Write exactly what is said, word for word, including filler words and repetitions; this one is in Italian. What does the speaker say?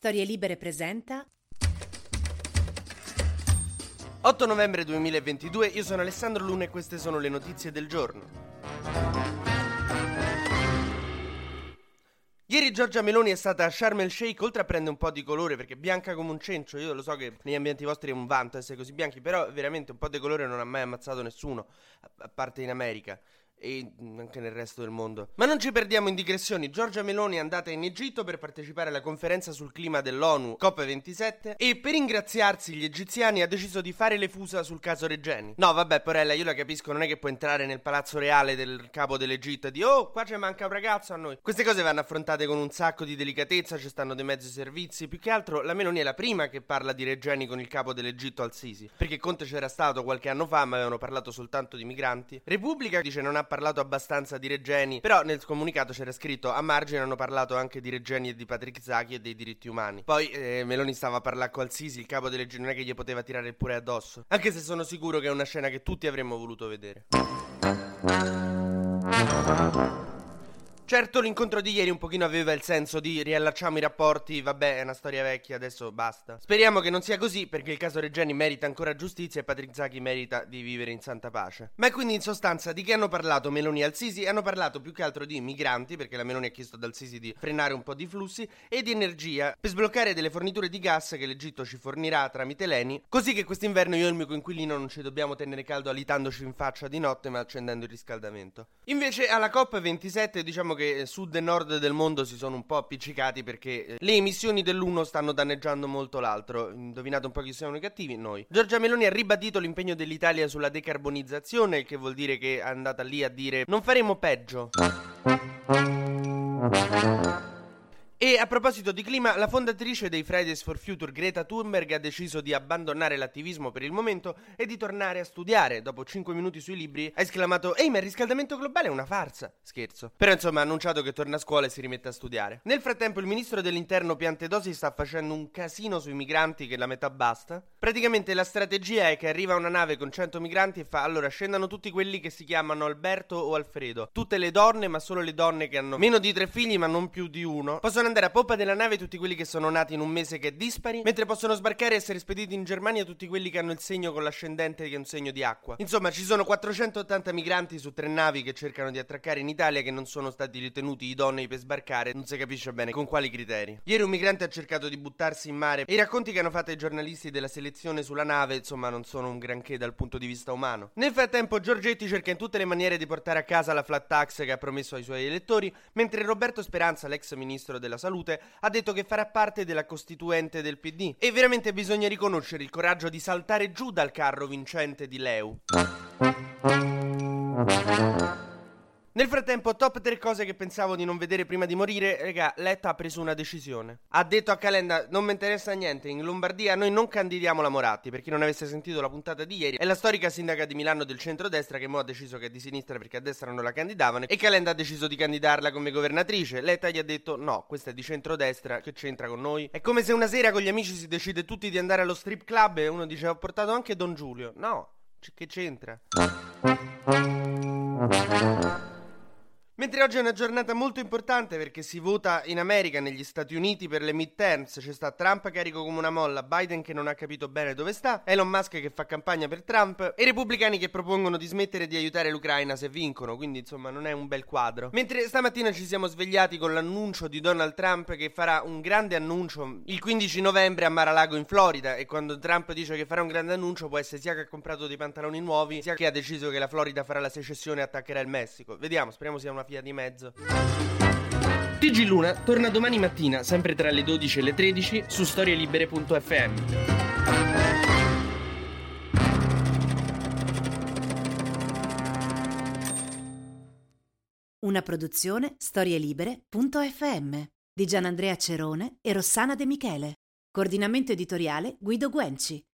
Storie Libere presenta otto novembre duemilaventidue, io sono Alessandro Luna e queste sono le notizie del giorno. Ieri Giorgia Meloni è stata a Sharm el Sheikh, oltre a prendere un po' di colore, perché è bianca come un cencio. Io lo so che negli ambienti vostri è un vanto essere così bianchi, però veramente un po' di colore non ha mai ammazzato nessuno, a parte in America e anche nel resto del mondo. Ma non ci perdiamo in digressioni. Giorgia Meloni è andata in Egitto per partecipare alla conferenza sul clima dell'ONU COP ventisette e per ringraziarsi gli egiziani ha deciso di fare le fusa sul caso Regeni. No vabbè porella, io la capisco, non è che può entrare nel palazzo reale del capo dell'Egitto e dire oh qua ci manca un ragazzo a noi. Queste cose vanno affrontate con un sacco di delicatezza, ci stanno dei mezzi servizi. Più che altro la Meloni è la prima che parla di Regeni con il capo dell'Egitto al-Sisi, perché Conte c'era stato qualche anno fa ma avevano parlato soltanto di migranti. Repubblica dice non ha parlato abbastanza di Regeni, però nel comunicato c'era scritto a margine hanno parlato anche di Regeni e di Patrick Zaki e dei diritti umani. Poi eh, Meloni stava a parlare con al-Sisi, il capo delle non è che gli poteva tirare il pure addosso, anche se sono sicuro che è una scena che tutti avremmo voluto vedere. Certo, l'incontro di ieri un pochino aveva il senso di riallacciamo i rapporti, vabbè è una storia vecchia, adesso basta. Speriamo che non sia così, perché il caso Regeni merita ancora giustizia e Patrick Zaki merita di vivere in santa pace. Ma quindi in sostanza di che hanno parlato Meloni e al-Sisi? Hanno parlato più che altro di migranti, perché la Meloni ha chiesto ad al-Sisi di frenare un po' di flussi, e di energia, per sbloccare delle forniture di gas che l'Egitto ci fornirà tramite l'Eni, così che quest'inverno io e il mio coinquilino non ci dobbiamo tenere caldo alitandoci in faccia di notte ma accendendo il riscaldamento. Invece alla COP ventisette diciamo che sud e nord del mondo si sono un po' appiccicati perché le emissioni dell'uno stanno danneggiando molto l'altro. Indovinate un po' chi sono i cattivi? Noi. Giorgia Meloni ha ribadito l'impegno dell'Italia sulla decarbonizzazione, il che vuol dire che è andata lì a dire non faremo peggio. E a proposito di clima, la fondatrice dei Fridays for Future, Greta Thunberg, ha deciso di abbandonare l'attivismo per il momento e di tornare a studiare. Dopo cinque minuti sui libri ha esclamato ehi ma il riscaldamento globale è una farsa. Scherzo. Però insomma ha annunciato che torna a scuola e si rimette a studiare. Nel frattempo il ministro dell'interno Piantedosi sta facendo un casino sui migranti che la metà basta. Praticamente la strategia è che arriva una nave con cento migranti e fa allora scendano tutti quelli che si chiamano Alberto o Alfredo, tutte le donne ma solo le donne che hanno meno di tre figli ma non più di uno possono andare a poppa della nave tutti quelli che sono nati in un mese che è dispari, mentre possono sbarcare e essere spediti in Germania tutti quelli che hanno il segno con l'ascendente che è un segno di acqua. Insomma ci sono quattrocentottanta migranti su tre navi che cercano di attraccare in Italia che non sono stati ritenuti idonei per sbarcare, non si capisce bene con quali criteri. Ieri un migrante ha cercato di buttarsi in mare e i racconti che hanno fatto i giornalisti della selezione sulla nave insomma non sono un granché dal punto di vista umano. Nel frattempo Giorgetti cerca in tutte le maniere di portare a casa la flat tax che ha promesso ai suoi elettori, mentre Roberto Speranza, l'ex ministro della salute, ha detto che farà parte della costituente del P D. E veramente bisogna riconoscere il coraggio di saltare giù dal carro vincente di Leu. Nel frattempo, top tre cose che pensavo di non vedere prima di morire. Raga, Letta ha preso una decisione. Ha detto a Calenda, non mi interessa niente, in Lombardia noi non candidiamo la Moratti. Per chi non avesse sentito la puntata di ieri, è la storica sindaca di Milano del centrodestra che mo ha deciso che è di sinistra perché a destra non la candidavano, e Calenda ha deciso di candidarla come governatrice. Letta gli ha detto no, questa è di centrodestra, che c'entra con noi? È come se una sera con gli amici si decide tutti di andare allo strip club e uno dice ho portato anche Don Giulio. No, c- che c'entra? Mentre oggi è una giornata molto importante perché si vota in America, negli Stati Uniti per le midterms, c'è sta Trump carico come una molla, Biden che non ha capito bene dove sta, Elon Musk che fa campagna per Trump e i repubblicani che propongono di smettere di aiutare l'Ucraina se vincono, quindi insomma non è un bel quadro. Mentre stamattina ci siamo svegliati con l'annuncio di Donald Trump che farà un grande annuncio il quindici novembre a Mar-a-Lago in Florida, e quando Trump dice che farà un grande annuncio può essere sia che ha comprato dei pantaloni nuovi, sia che ha deciso che la Florida farà la secessione e attaccherà il Messico. Vediamo, speriamo sia una via di mezzo. T G Luna torna domani mattina, sempre tra le dodici e le tredici, su storielibere punto effe emme. Una produzione storielibere punto effe emme di Gianandrea Cerone e Rossana De Michele. Coordinamento editoriale Guido Guenci.